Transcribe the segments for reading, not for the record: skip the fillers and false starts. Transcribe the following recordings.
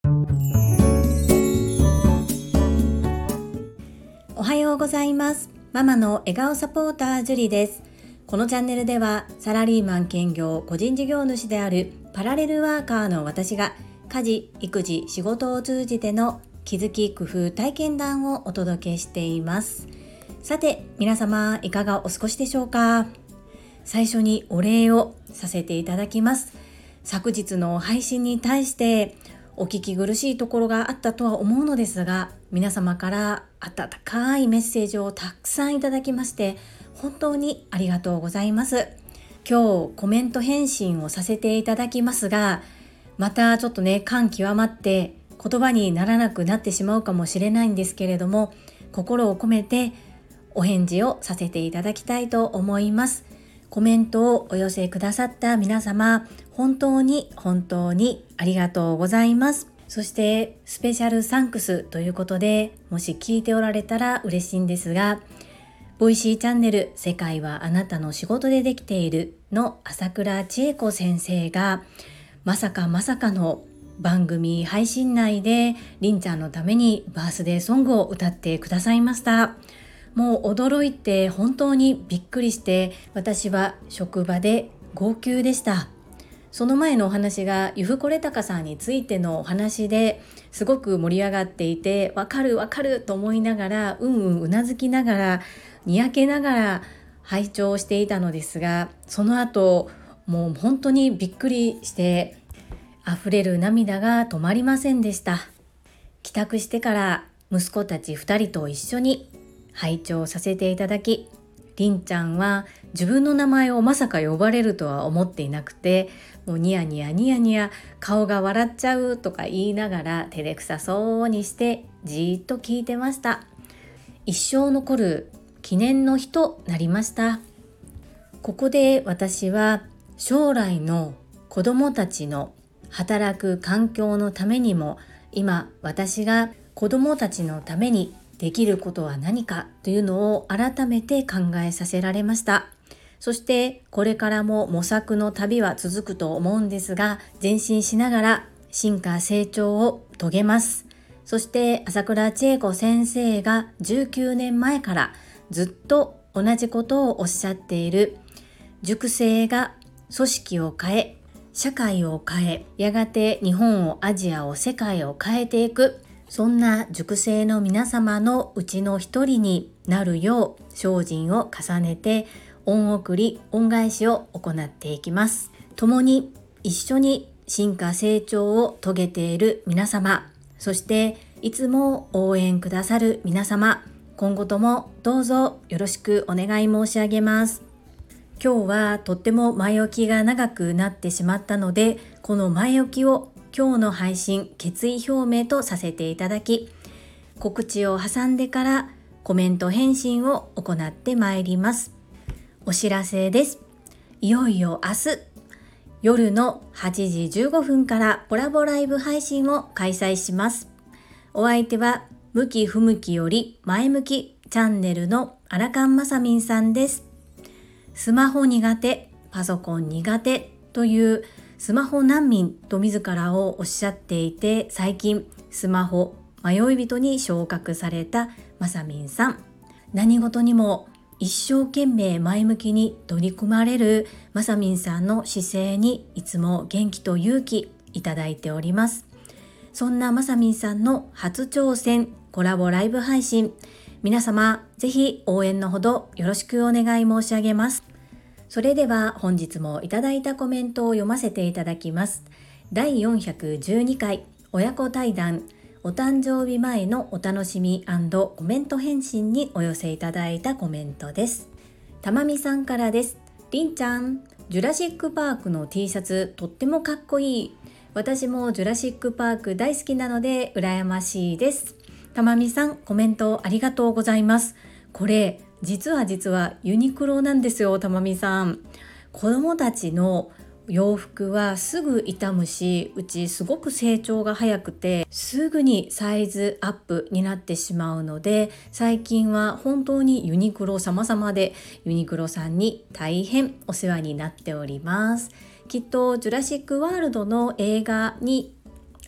おはようございます。ママの笑顔サポータージュリです。このチャンネルではサラリーマン兼業個人事業主であるパラレルワーカーの私が家事、育児、仕事を通じての気づき、工夫、体験談をお届けしています。さて皆様いかがお過ごしでしょうか。最初にお礼をさせていただきます。昨日の配信に対してお聞き苦しいところがあったとは思うのですが、皆様から温かいメッセージをたくさんいただきまして本当にありがとうございます。今日コメント返信をさせていただきますが、またちょっと感極まって言葉にならなくなってしまうかもしれないんですけれども、心を込めてお返事をさせていただきたいと思います。コメントをお寄せくださった皆様、本当にありがとうございます。そしてスペシャルサンクスということで、もし聞いておられたら嬉しいんですが、ボイシーチャンネル世界はあなたの仕事でできているの朝倉千恵子先生がまさかの番組配信内でりんちゃんのためにバースデーソングを歌ってくださいました。もう驚いて本当にびっくりして、私は職場で号泣でした。その前のお話がゆふこれたかさんについてのお話ですごく盛り上がっていて、わかると思いながらうなずきながらにやけながら拝聴していたのですが、その後もう本当にびっくりして溢れる涙が止まりませんでした。帰宅してから息子たち2人と一緒に拝聴させていただき、りんちゃんは自分の名前をまさか呼ばれるとは思っていなくて、もうニヤニヤ顔が笑っちゃうとか言いながら照れくさそうにしてじーっと聞いてました。一生残る記念の日となりました。ここで私は将来の子どもたちの働く環境のためにも、今私が子どもたちのためにできることは何かというのを改めて考えさせられました。そしてこれからも模索の旅は続くと思うんですが、前進しながら進化成長を遂げます。そして朝倉千恵子先生が19年前からずっと同じことをおっしゃっている、塾生が組織を変え、社会を変え、やがて日本を、アジアを、世界を変えていく、そんな塾生の皆様のうちの一人になるよう精進を重ねて恩送り、恩返しを行っていきます。共に一緒に進化成長を遂げている皆様、そしていつも応援くださる皆様、今後ともどうぞよろしくお願い申し上げます。今日はとっても前置きが長くなってしまったので、この前置きを今日の配信決意表明とさせていただき、告知を挟んでからコメント返信を行ってまいります。お知らせです。いよいよ明日夜の8時15分からコラボライブ配信を開催します。お相手は向き不向きより前向きチャンネルのアラカンマサミンさんです。スマホ苦手、パソコン苦手というスマホ難民と自らをおっしゃっていて、最近スマホ迷い人に昇格されたまさみんさん。何事にも一生懸命前向きに取り組まれるまさみんさんの姿勢にいつも元気と勇気いただいております。そんなまさみんさんの初挑戦コラボライブ配信、皆様ぜひ応援のほどよろしくお願い申し上げます。それでは本日もいただいたコメントを読ませていただきます。第412回親子対談、お誕生日前のお楽しみ&コメント返信にお寄せいただいたコメントです。たまみさんからです。りんちゃん、ジュラシックパークの T シャツとってもかっこいい。私もジュラシックパーク大好きなので羨ましいです。たまみさん、コメントありがとうございます。これ実はユニクロなんですよ。たまみさん、子供たちの洋服はすぐ傷むし、うちすごく成長が早くてすぐにサイズアップになってしまうので、最近は本当にユニクロ様々で、ユニクロさんに大変お世話になっております。きっとジュラシックワールドの映画に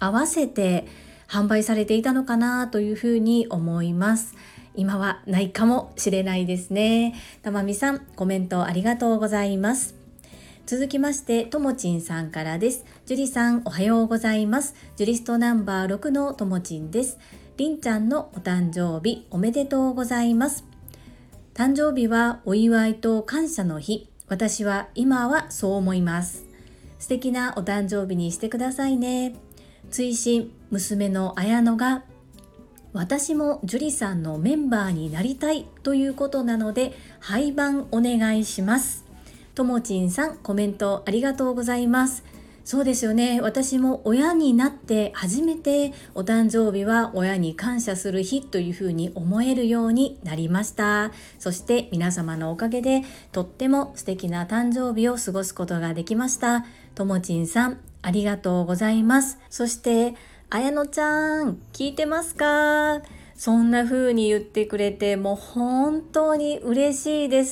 合わせて販売されていたのかなというふうに思います。今はないかもしれないですね。たまみさん、コメントありがとうございます。続きまして、ともちんさんからです。ジュリさん、おはようございます。ジュリストナンバー6のともちんです。りんちゃんのお誕生日おめでとうございます。誕生日はお祝いと感謝の日。私は今はそう思います。素敵なお誕生日にしてくださいね。追伸、娘の綾乃が私もジュリさんのメンバーになりたいということなので廃盤お願いします。ともちんさん、コメントありがとうございます。そうですよね。私も親になって初めてお誕生日は親に感謝する日というふうに思えるようになりました。そして皆様のおかげでとっても素敵な誕生日を過ごすことができました。ともちんさん、ありがとうございます。そしてあやのちゃん、聞いてますか？そんな風に言ってくれてもう本当に嬉しいです。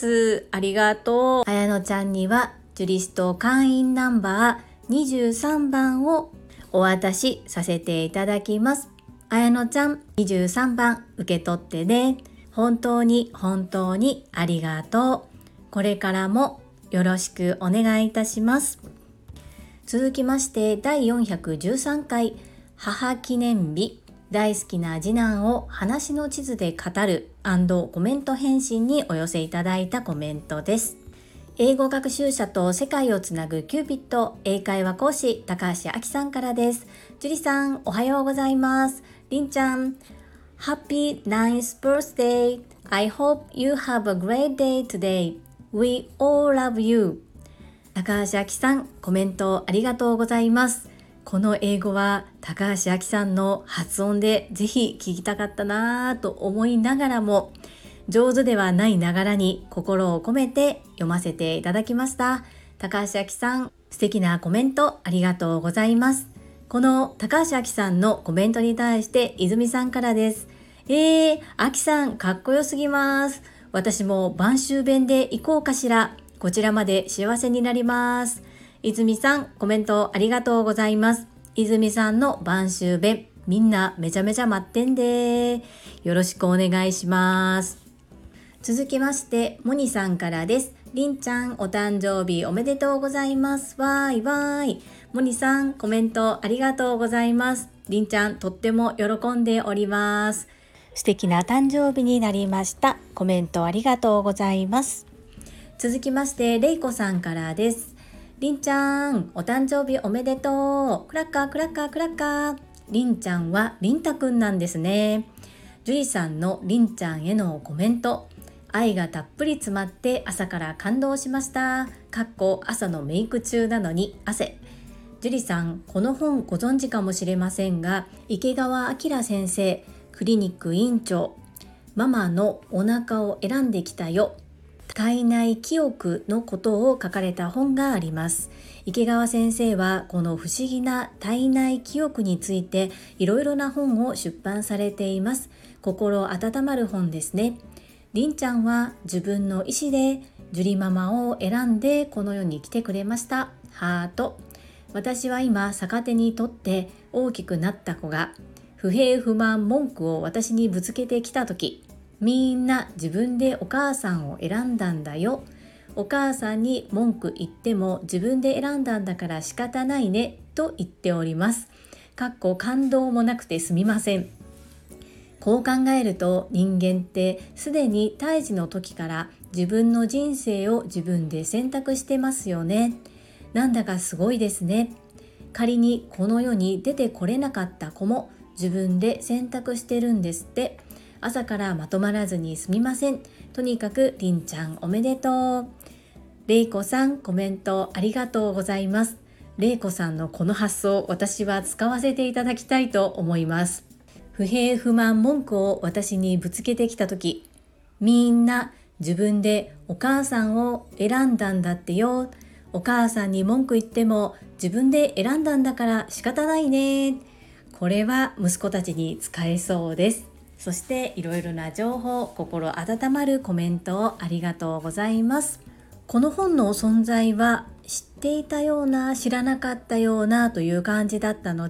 ありがとう。あやのちゃんにはジュリスト会員ナンバー23番をお渡しさせていただきます。あやのちゃん、23番受け取ってね。本当に本当にありがとう。これからもよろしくお願いいたします。続きまして第413回母記念日、大好きな次男を話の地図で語る&コメント返信にお寄せいただいたコメントです。英語学習者と世界をつなぐキューピット英会話講師高橋明さんからです。ジュリさん、おはようございます。りんちゃん、Happy 9th birthday. I hope you have a great day today. We all love you. 高橋明さん、コメントありがとうございます。この英語は高橋明さんの発音でぜひ聞きたかったなぁと思いながらも、上手ではないながらに心を込めて読ませていただきました。高橋明さん、素敵なコメントありがとうございます。この高橋明さんのコメントに対して泉さんからです。明さんかっこよすぎます。私も晩秋弁で行こうかしら。こちらまで幸せになります。泉さん、コメントありがとうございます。泉さんの晩秋弁、みんなめちゃめちゃ待ってんで。よろしくお願いします。続きまして、モニさんからです。りんちゃん、お誕生日おめでとうございます。わーいわーい。モニさん、コメントありがとうございます。りんちゃん、とっても喜んでおります。素敵な誕生日になりました。コメントありがとうございます。続きまして、れいこさんからです。りんちゃん、お誕生日おめでとう。クラッカークラッカークラッカー。りんちゃんはりんたくんなんですね。ジュリさんのりんちゃんへのコメント。愛がたっぷり詰まって朝から感動しました。朝のメイク中なのに汗。ジュリさん、この本ご存知かもしれませんが、池川明先生、クリニック院長、ママのお腹を選んできたよ。体内記憶のことを書かれた本があります。池川先生はこの不思議な体内記憶についていろいろな本を出版されています。心温まる本ですね。りんちゃんは自分の意思でジュリママを選んでこの世に来てくれました。ハート。私は今逆手にとって大きくなった子が不平不満文句を私にぶつけてきたとき、みんな自分でお母さんを選んだんだよ。お母さんに文句言っても自分で選んだんだから仕方ないねと言っております。感動もなくてすみません。こう考えると人間ってすでに胎児の時から自分の人生を自分で選択してますよね。なんだかすごいですね。仮にこの世に出てこれなかった子も自分で選択してるんですって。朝からまとまらずにすみません。とにかくりんちゃんおめでとう。れいこさん、コメントありがとうございます。れいこさんのこの発想、私は使わせていただきたいと思います。不平不満文句を私にぶつけてきたとき、みんな自分でお母さんを選んだんだってよ。お母さんに文句言っても自分で選んだんだから仕方ないね。これは息子たちに使えそうです。そしていろいろな情報、心温まるコメントをありがとうございます。この本の存在は知っていたような、知らなかったようなという感じだったので、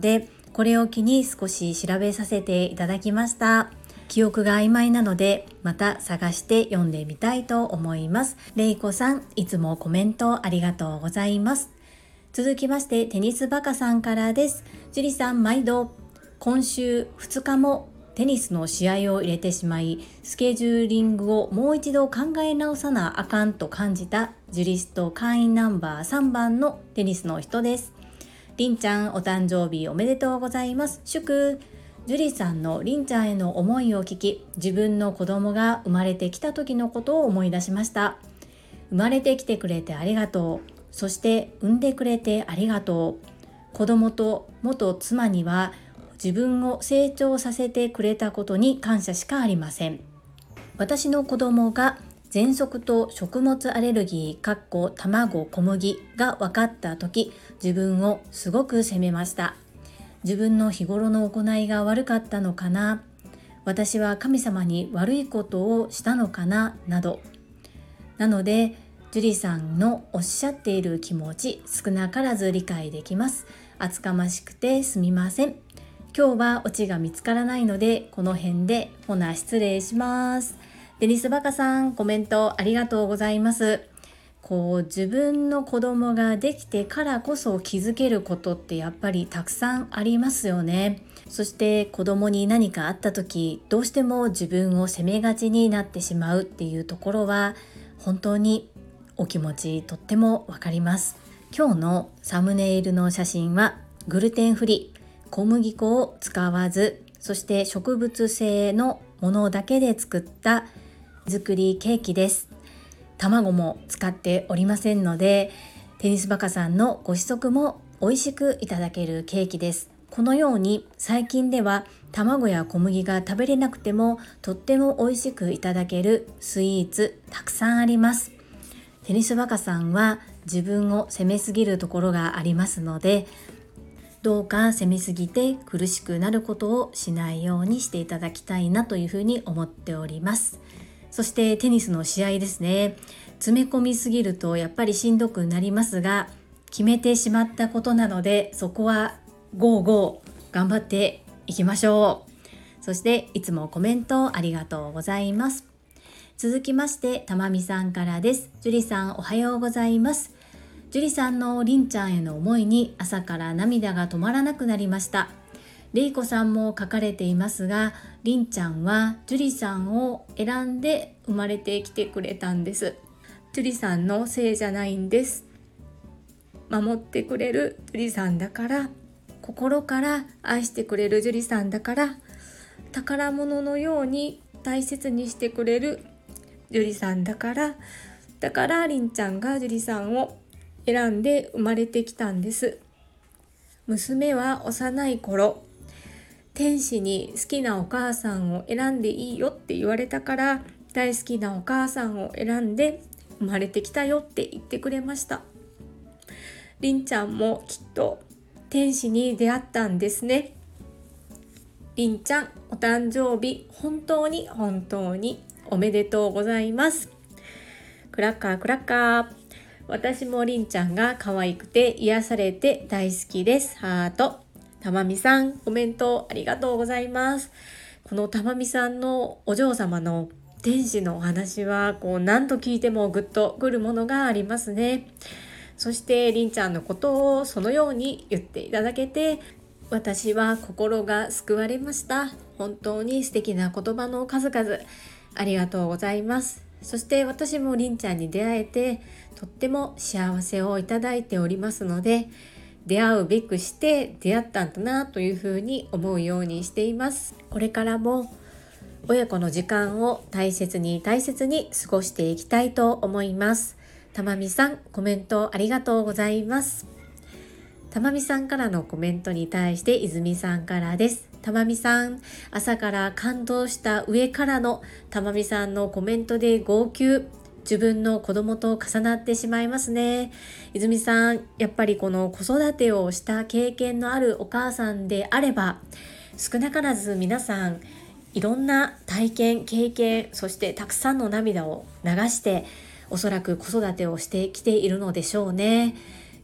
これを機に少し調べさせていただきました。記憶が曖昧なのでまた探して読んでみたいと思います。れいこさん、いつもコメントありがとうございます。続きましてテニスバカさんからです。ジュリさん、毎度今週2日もテニスの試合を入れてしまい、スケジューリングをもう一度考え直さなあかんと感じたジュリスト会員ナンバー3番のテニスの人です。りんちゃん、お誕生日おめでとうございます。祝。ジュリさんのりんちゃんへの思いを聞き、自分の子供が生まれてきた時のことを思い出しました。生まれてきてくれてありがとう。そして産んでくれてありがとう。子供と元妻には自分を成長させてくれたことに感謝しかありません。私の子供が喘息と食物アレルギー卵小麦が分かった時、自分をすごく責めました。自分の日頃の行いが悪かったのかな、私は神様に悪いことをしたのかな、など。なのでジュリさんのおっしゃっている気持ち、少なからず理解できます。厚かましくてすみません。今日はオチが見つからないのでこの辺でほな失礼します。テニスバカさん、コメントありがとうございます。自分の子供ができてからこそ気づけることってやっぱりたくさんありますよね。そして子供に何かあった時、どうしても自分を責めがちになってしまうっていうところは本当にお気持ちとってもわかります。今日のサムネイルの写真はグルテンフリー、小麦粉を使わず、そして植物性のものだけで作った手作りケーキです。卵も使っておりませんので、テニスバカさんのご子息も美味しくいただけるケーキです。このように最近では卵や小麦が食べれなくてもとっても美味しくいただけるスイーツたくさんあります。テニスバカさんは自分を責めすぎるところがありますので、どうか責めすぎて苦しくなることをしないようにしていただきたいなというふうに思っております。そしてテニスの試合ですね。詰め込みすぎるとやっぱりしんどくなりますが、決めてしまったことなので、そこはゴーゴー頑張っていきましょう。そしていつもコメントありがとうございます。続きましてたまみさんからです。ジュリさん、おはようございます。ジュリさんのりんちゃんへの思いに朝から涙が止まらなくなりました。れいこさんも書かれていますが、りんちゃんはジュリさんを選んで生まれてきてくれたんです。ジュリさんのせいじゃないんです。守ってくれるジュリさんだから、心から愛してくれるジュリさんだから、宝物のように大切にしてくれるジュリさんだから、だからりんちゃんがジュリさんを選んで生まれてきたんです。娘は幼い頃、天使に好きなお母さんを選んでいいよって言われたから、大好きなお母さんを選んで生まれてきたよって言ってくれました。りんちゃんもきっと天使に出会ったんですね。りんちゃん、お誕生日本当に本当におめでとうございます。クラッカークラッカー。私もりんちゃんが可愛くて癒されて大好きです。ハート。たまみさん、コメントありがとうございます。このたまみさんのお嬢様の天使のお話は何度聞いてもグッとくるものがありますね。そしてりんちゃんのことをそのように言っていただけて、私は心が救われました。本当に素敵な言葉の数々ありがとうございます。そして私もりんちゃんに出会えてとっても幸せをいただいておりますので、出会うべくして出会ったんだなというふうに思うようにしています。これからも親子の時間を大切に大切に過ごしていきたいと思います。たまみさん、コメントありがとうございます。たまみさんからのコメントに対して泉さんからです。たまみさん、朝から感動した上からのたまみさんのコメントで号泣。自分の子供と重なってしまいますね。泉さん、やっぱりこの子育てをした経験のあるお母さんであれば、少なからず皆さんいろんな体験、経験、そしてたくさんの涙を流しておそらく子育てをしてきているのでしょうね。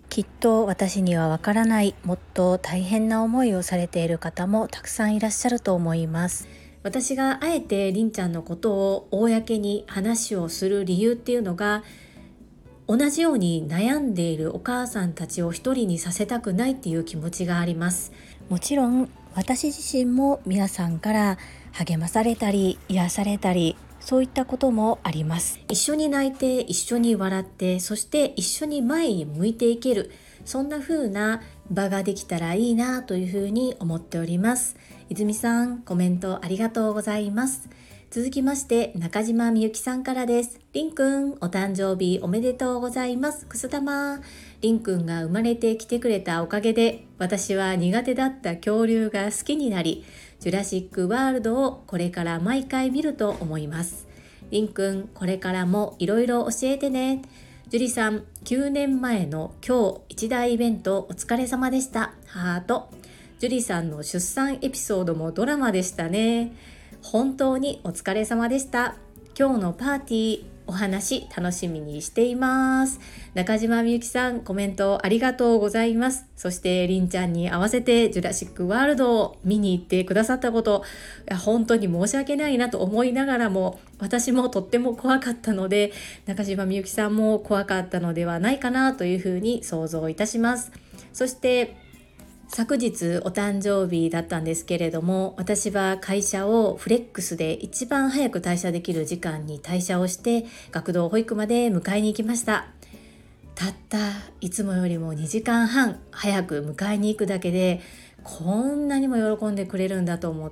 きっと私にはわからない、もっと大変な思いをされている方もたくさんいらっしゃると思います。私があえてりんちゃんのことを公に話をする理由っていうのが、同じように悩んでいるお母さんたちを一人にさせたくないっていう気持ちがあります。もちろん私自身も皆さんから励まされたり癒されたり、そういったこともあります。一緒に泣いて、一緒に笑って、そして一緒に前に向いていける、そんな風な場ができたらいいなというふうに思っております。泉さん、コメントありがとうございます。続きまして中島みゆきさんからです。りんくん、お誕生日おめでとうございます。くす玉。りんくんが生まれてきてくれたおかげで、私は苦手だった恐竜が好きになり、ジュラシックワールドをこれから毎回見ると思います。りんくん、これからもいろいろ教えてね。ジュリさん、9年前の今日一大イベントお疲れ様でした。ハート。ジュリさんの出産エピソードもドラマでしたね。本当にお疲れ様でした。今日のパーティーお話楽しみにしています。中島みゆきさん、コメントありがとうございます。そしてりんちゃんに合わせてジュラシックワールドを見に行ってくださったこと、本当に申し訳ないなと思いながらも、私もとっても怖かったので、中島みゆきさんも怖かったのではないかなというふうに想像いたします。そして昨日お誕生日だったんですけれども、私は会社をフレックスで一番早く退社できる時間に退社をして学童保育まで迎えに行きました。たったいつもよりも2時間半早く迎えに行くだけでこんなにも喜んでくれるんだと思って、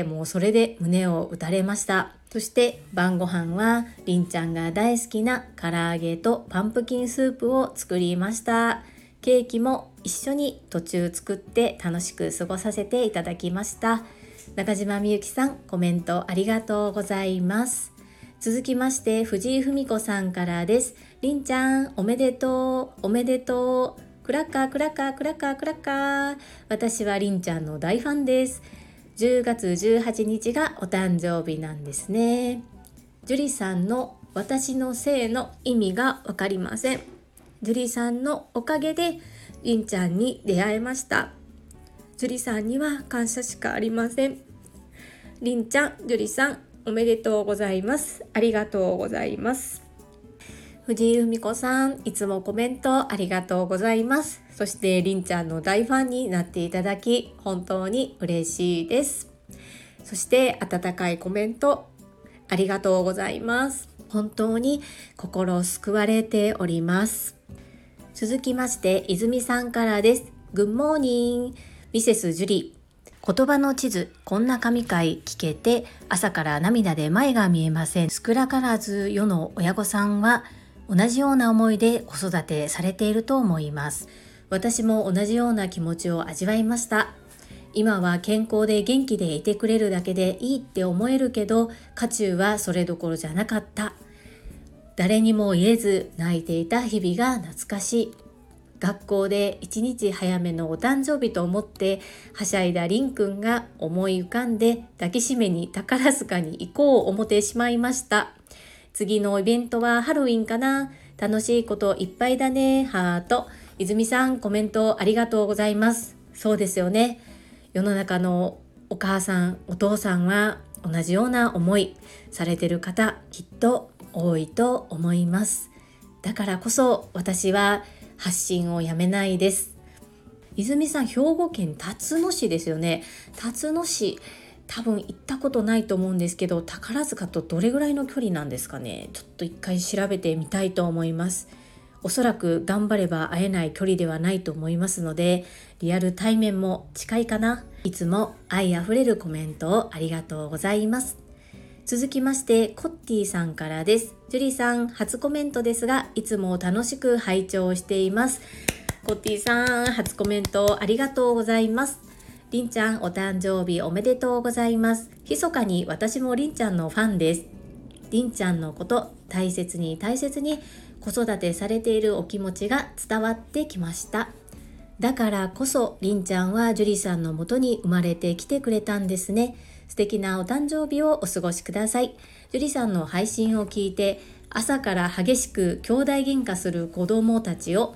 もうそれで胸を打たれました。そして晩ご飯はりんちゃんが大好きな唐揚げとパンプキンスープを作りました。ケーキも一緒に途中作って楽しく過ごさせていただきました。中島みゆきさん、コメントありがとうございます。続きまして藤井文子さんからです。りんちゃんおめでとうおめでとう、クラッカークラッカークラッカークラッカー。私はりんちゃんの大ファンです。10月18日がお誕生日なんですね。ジュリさんの私の姓の意味がわかりません。ジュリさんのおかげでりんちゃんに出会えました。ジュリさんには感謝しかありません。りんちゃん、ジュリさん、おめでとうございます。ありがとうございます。藤井文子さん、いつもコメントありがとうございます。そしてりんちゃんの大ファンになっていただき本当に嬉しいです。そして温かいコメントありがとうございます。本当に心救われております。続きまして泉さんからです。グッモーニングミセスジュリ。言葉の地図、こんな神回聞けて朝から涙で前が見えません。少なからず世の親御さんは同じような思いで子育てされていると思います。私も同じような気持ちを味わいました。今は健康で元気でいてくれるだけでいいって思えるけど、渦中はそれどころじゃなかった。誰にも言えず泣いていた日々が懐かしい。学校で一日早めのお誕生日と思ってはしゃいだりんくんが思い浮かんで抱きしめに宝塚に行こう思ってしまいました。次のイベントはハロウィンかな。楽しいこといっぱいだね。ハート。泉さん、コメントありがとうございます。そうですよね。世の中のお母さん、お父さんは同じような思いされてる方きっと多いと思います。だからこそ私は発信をやめないです。泉さん、兵庫県辰野市ですよね。辰野市、多分行ったことないと思うんですけど、宝塚とどれぐらいの距離なんですかね。ちょっと一回調べてみたいと思います。おそらく頑張れば会えない距離ではないと思いますので、リアル対面も近いかな。いつも愛あふれるコメントをありがとうございます。続きましてコッティさんからです。ジュリさん、初コメントですがいつも楽しく拝聴しています。コッティさん、初コメントありがとうございます。りんちゃん、お誕生日おめでとうございます。密かに私もりんちゃんのファンです。りんちゃんのこと大切に大切に子育てされているお気持ちが伝わってきました。だからこそりんちゃんはジュリさんのもとに生まれてきてくれたんですね。素敵なお誕生日をお過ごしください。ジュリさんの配信を聞いて朝から激しく兄弟喧嘩する子供たちを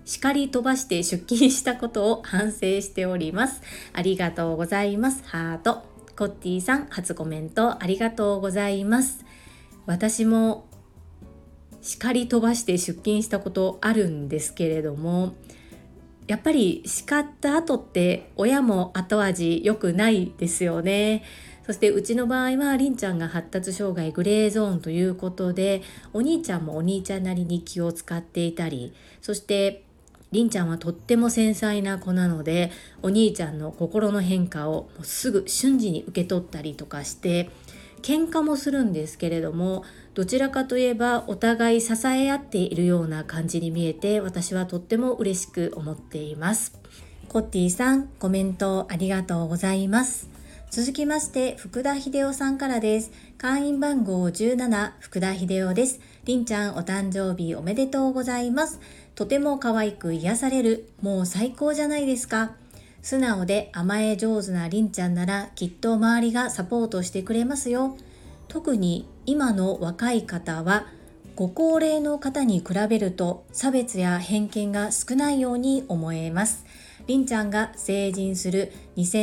叱り飛ばして出勤したことを反省しております。ありがとうございます。ハート。コッティさん、初コメントありがとうございます。私も叱り飛ばして出勤したことあるんですけれども、やっぱり叱った後って親も後味良くないですよね。そしてうちの場合はりんちゃんが発達障害グレーゾーンということで、お兄ちゃんもお兄ちゃんなりに気を使っていたり、そしてりんちゃんはとっても繊細な子なので、お兄ちゃんの心の変化をすぐ瞬時に受け取ったりとかして、喧嘩もするんですけれども、どちらかといえばお互い支え合っているような感じに見えて、私はとっても嬉しく思っています。コッティさん、コメントありがとうございます。続きまして福田秀夫さんからです。会員番号17、福田秀夫です。りんちゃんお誕生日おめでとうございます。とても可愛く癒される、もう最高じゃないですか。素直で甘え上手なりんちゃんならきっと周りがサポートしてくれますよ。特に今の若い方はご高齢の方に比べると差別や偏見が少ないように思えます。りんちゃんが成人する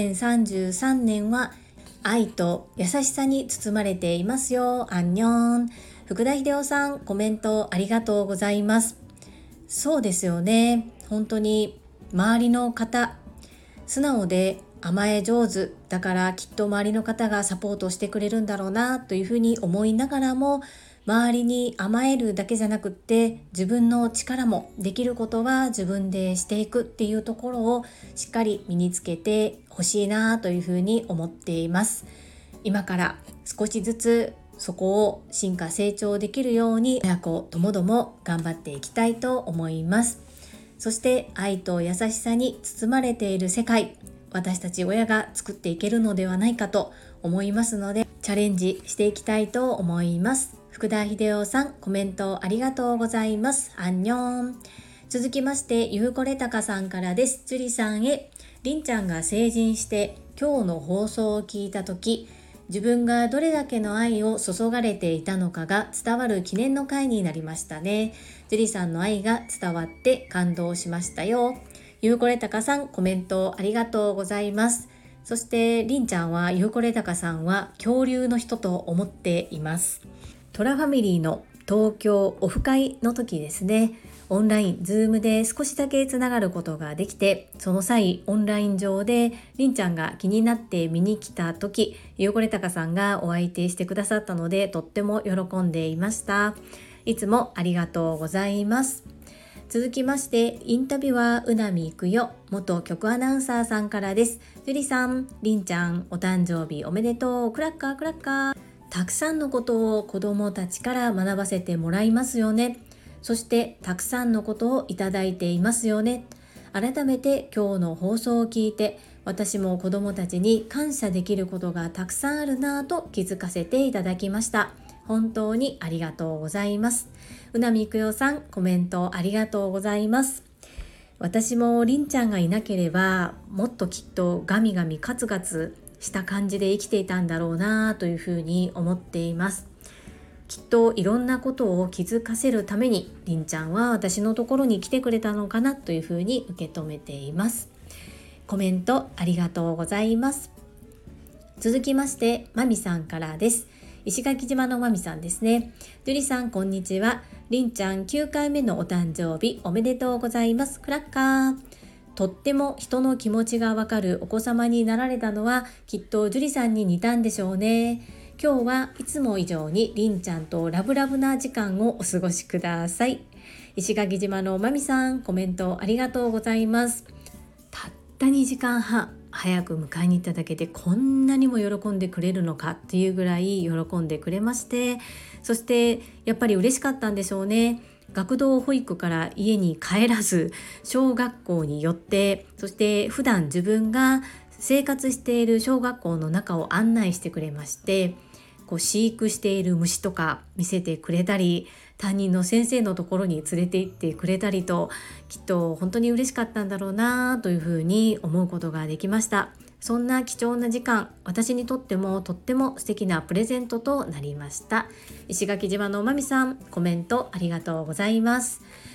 2033年は愛と優しさに包まれていますよ。アンニョン。福田秀夫さん、コメントありがとうございます。そうですよね。本当に周りの方、素直で甘え上手だからきっと周りの方がサポートしてくれるんだろうなというふうに思いながらも、周りに甘えるだけじゃなくって自分の力もできることは自分でしていくっていうところをしっかり身につけてほしいなというふうに思っています。今から少しずつそこを進化成長できるように親子ともども頑張っていきたいと思います。そして愛と優しさに包まれている世界、私たち親が作っていけるのではないかと思いますので、チャレンジしていきたいと思います。福田秀夫さん、コメントありがとうございます。アンニョン。続きましてゆうこれたかさんからです。ジュリさんへ。りんちゃんが成人して今日の放送を聞いたとき、自分がどれだけの愛を注がれていたのかが伝わる記念の回になりましたね。ジュリさんの愛が伝わって感動しましたよ。ゆうこれたかさん、コメントありがとうございます。そしてりんちゃんは、ゆうこれたかさんは恐竜の人と思っています。トラファミリーの東京オフ会の時ですね、オンラインズームで少しだけつながることができて、その際オンライン上でりんちゃんが気になって見に来た時、ゆうこれたかさんがお相手してくださったので、とっても喜んでいました。いつもありがとうございます。続きましてインタビュアーうなみいくよ元局アナウンサーさんからです。ジュリさん、りんちゃんお誕生日おめでとう。クラッカークラッカー。たくさんのことを子どもたちから学ばせてもらいますよね。そしてたくさんのことをいただいていますよね。改めて今日の放送を聞いて、私も子どもたちに感謝できることがたくさんあるなぁと気づかせていただきました。本当にありがとうございます。うなみくよさん、コメントありがとうございます。私もりんちゃんがいなければ、もっときっとガミガミカツカツした感じで生きていたんだろうなというふうに思っています。きっといろんなことを気づかせるためにりんちゃんは私のところに来てくれたのかなというふうに受け止めています。コメントありがとうございます。続きましてまみさんからです。石垣島のまみさんですね。ジュリさんこんにちは。りんちゃん9回目のお誕生日おめでとうございます。クラッカー。とっても人の気持ちがわかるお子様になられたのはきっとジュリさんに似たんでしょうね。今日はいつも以上にりんちゃんとラブラブな時間をお過ごしください。石垣島のまみさん、コメントありがとうございます。たった2時間半早く迎えに行っただけでこんなにも喜んでくれるのかっていうぐらい喜んでくれまして、そしてやっぱり嬉しかったんでしょうね。学童保育から家に帰らず小学校に寄って、そして普段自分が生活している小学校の中を案内してくれまして、飼育している虫とか見せてくれたり、担任の先生のところに連れて行ってくれたりと、きっと本当に嬉しかったんだろうなというふうに思うことができました。そんな貴重な時間、私にとってもとっても素敵なプレゼントとなりました。石垣島のまみさん、コメントありがとうございます。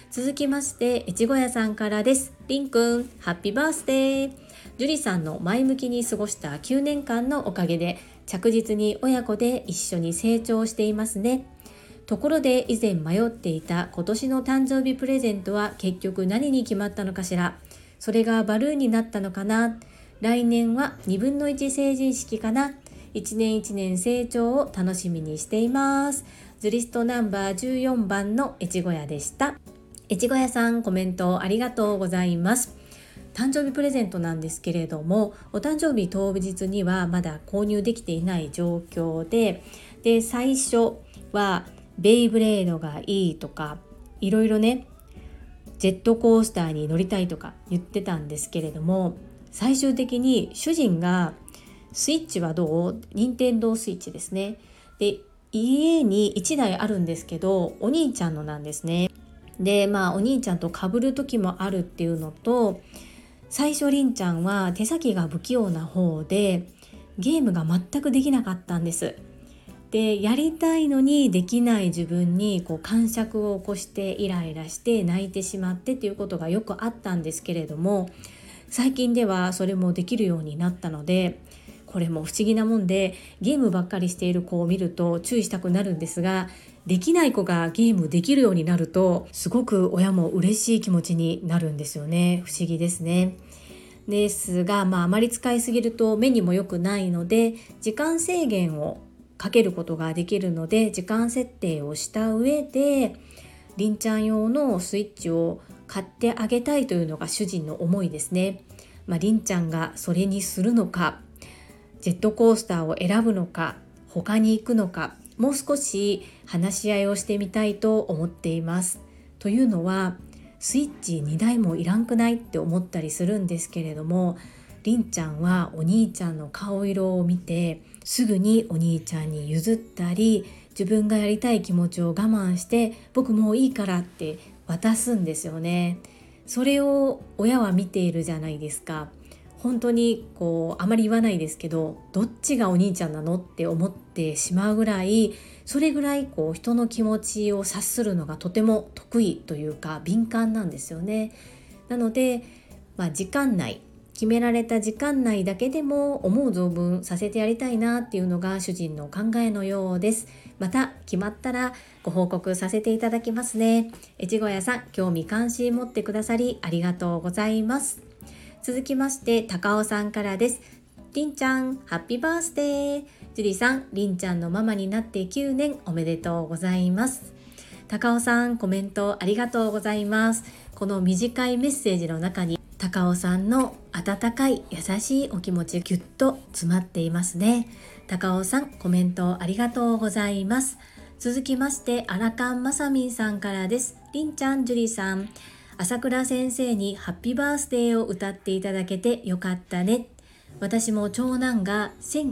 続きまして越後屋さんからです。りんくんハッピーバースデー。樹里さんの前向きに過ごした9年間のおかげで着実に親子で一緒に成長していますね。ところで以前迷っていた今年の誕生日プレゼントは結局何に決まったのかしら。それがバルーンになったのかな。来年は2分の1成人式かな。一年一年成長を楽しみにしています。ズリストナンバー14番の越後屋でした。越後屋さん、コメントありがとうございます。誕生日プレゼントなんですけれども、お誕生日当日にはまだ購入できていない状況で、最初はベイブレードがいいとかいろいろね、ジェットコースターに乗りたいとか言ってたんですけれども、最終的に主人がスイッチはどう？任天堂スイッチですね。で、家に1台あるんですけど、お兄ちゃんのなんですね。で、お兄ちゃんと被る時もあるっていうのと、最初りんちゃんは手先が不器用な方でゲームが全くできなかったんです。で、やりたいのにできない自分に癇癪を起こしてイライラして泣いてしまってっていうことがよくあったんですけれども、最近ではそれもできるようになったので、これも不思議なもんで、ゲームばっかりしている子を見ると注意したくなるんですが、できない子がゲームできるようになるとすごく親も嬉しい気持ちになるんですよね。不思議ですね。ですが、あまり使いすぎると目にも良くないので、時間制限をかけることができるので、時間設定をした上でりんちゃん用のスイッチを買ってあげたいというのが主人の思いですね。りんちゃんがそれにするのか、ジェットコースターを選ぶのか、他に行くのか、もう少し話し合いをしてみたいと思っています。というのは、スイッチ2台もいらんくないって思ったりするんですけれども、りんちゃんはお兄ちゃんの顔色を見てすぐにお兄ちゃんに譲ったり、自分がやりたい気持ちを我慢して僕もういいからって渡すんですよね。それを親は見ているじゃないですか。本当にあまり言わないですけど、どっちがお兄ちゃんなのって思ってしまうぐらい、それぐらい人の気持ちを察するのがとても得意というか敏感なんですよね。なので、時間内、決められた時間内だけでも思う存分させてやりたいなっていうのが主人の考えのようです。また決まったらご報告させていただきますね。越後屋さん、興味関心持ってくださりありがとうございます。続きまして高尾さんからです。りんちゃんハッピーバースデー。ジュリさん、りんちゃんのママになって9年おめでとうございます。高尾さん、コメントありがとうございます。この短いメッセージの中に高尾さんの温かい優しいお気持ちぎゅっと詰まっていますね。高尾さん、コメントありがとうございます。続きましてアラカンマサミンさんからです。りんちゃん、ジュリさん、朝倉先生にハッピーバースデーを歌っていただけてよかったね。私も長男が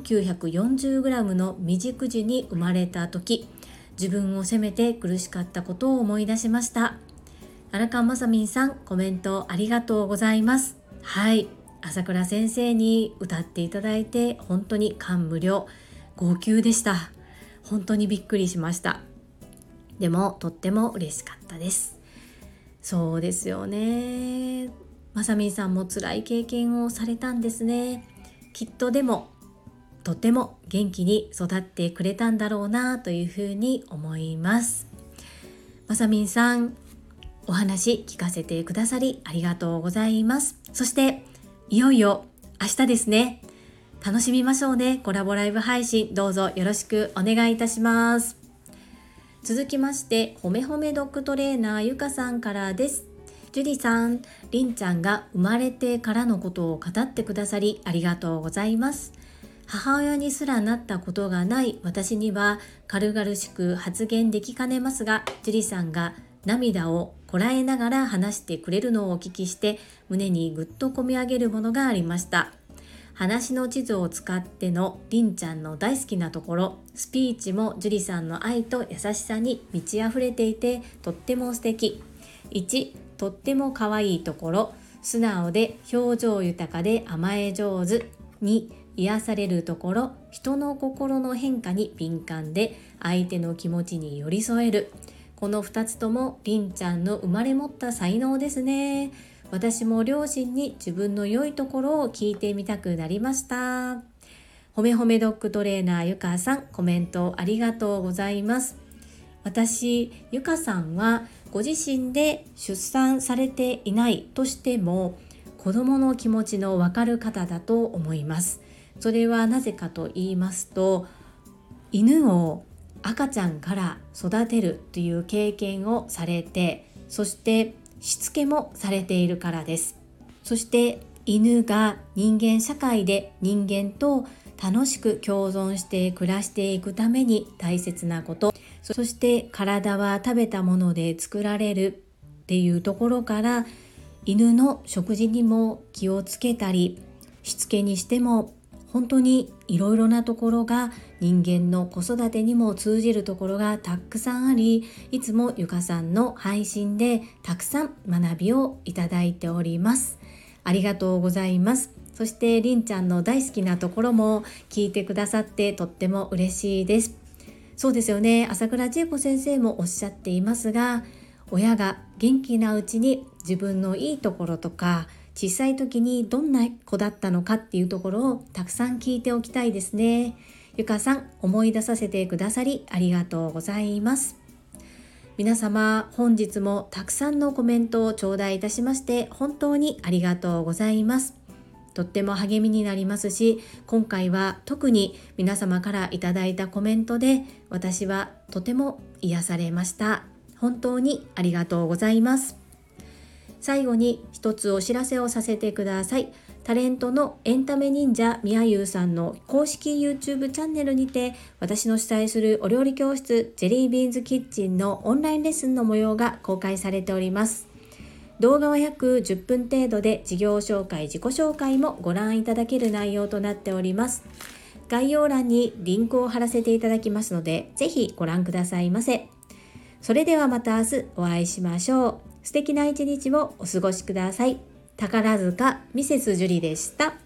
1940g の未熟児に生まれた時、自分を責めて苦しかったことを思い出しました。荒川まさみんさん、コメントありがとうございます。はい、朝倉先生に歌っていただいて本当に感無量、号泣でした。本当にびっくりしました。でもとっても嬉しかったです。そうですよね。まさみんさんも辛い経験をされたんですね。きっとでもとても元気に育ってくれたんだろうなというふうに思います。まさみんさん、お話聞かせてくださりありがとうございます。そしていよいよ明日ですね。楽しみましょうね。コラボライブ配信どうぞよろしくお願いいたします。続きましてほめほめドッグトレーナーゆかさんからです。ジュリさん、りんちゃんが生まれてからのことを語ってくださりありがとうございます。母親にすらなったことがない私には軽々しく発言できかねますが、ジュリさんが涙をこらえながら話してくれるのをお聞きして胸にぐっとこみ上げるものがありました。話の地図を使ってのりんちゃんの大好きなところ、スピーチもジュリさんの愛と優しさに満ち溢れていてとっても素敵。1、とっても可愛いところ、素直で表情豊かで甘え上手。2、癒されるところ、人の心の変化に敏感で相手の気持ちに寄り添える。 この2つともりんちゃんの生まれ持った才能ですね。私も両親に自分の良いところを聞いてみたくなりました。ほめほめドッグトレーナーゆかさん、コメントありがとうございます。私、ゆかさんはご自身で出産されていないとしても子供の気持ちのわかる方だと思います。それはなぜかと言いますと、犬を赤ちゃんから育てるという経験をされて、そしてしつけもされているからです。そして犬が人間社会で人間と楽しく共存して暮らしていくために大切なこと、そして体は食べたもので作られるっていうところから、犬の食事にも気をつけたり、しつけにしても本当にいろいろなところが人間の子育てにも通じるところがたくさんあり、いつもゆかさんの配信でたくさん学びをいただいております。ありがとうございます。そしてりんちゃんの大好きなところも聞いてくださってとっても嬉しいです。そうですよね。朝倉千恵子先生もおっしゃっていますが、親が元気なうちに自分のいいところとか、小さい時にどんな子だったのかっていうところをたくさん聞いておきたいですね。ゆかさん、思い出させてくださりありがとうございます。皆様、本日もたくさんのコメントを頂戴いたしまして本当にありがとうございます。とっても励みになりますし、今回は特に皆様からいただいたコメントで私はとても癒されました。本当にありがとうございます。最後に一つお知らせをさせてください。タレントのエンタメ忍者みやゆうさんの公式 YouTube チャンネルにて、私の主催するお料理教室ジェリービーンズキッチンのオンラインレッスンの模様が公開されております。動画は約10分程度で、事業紹介、自己紹介もご覧いただける内容となっております。概要欄にリンクを貼らせていただきますので、ぜひご覧くださいませ。それではまた明日お会いしましょう。素敵な一日をお過ごしください。宝塚ミセスジュリでした。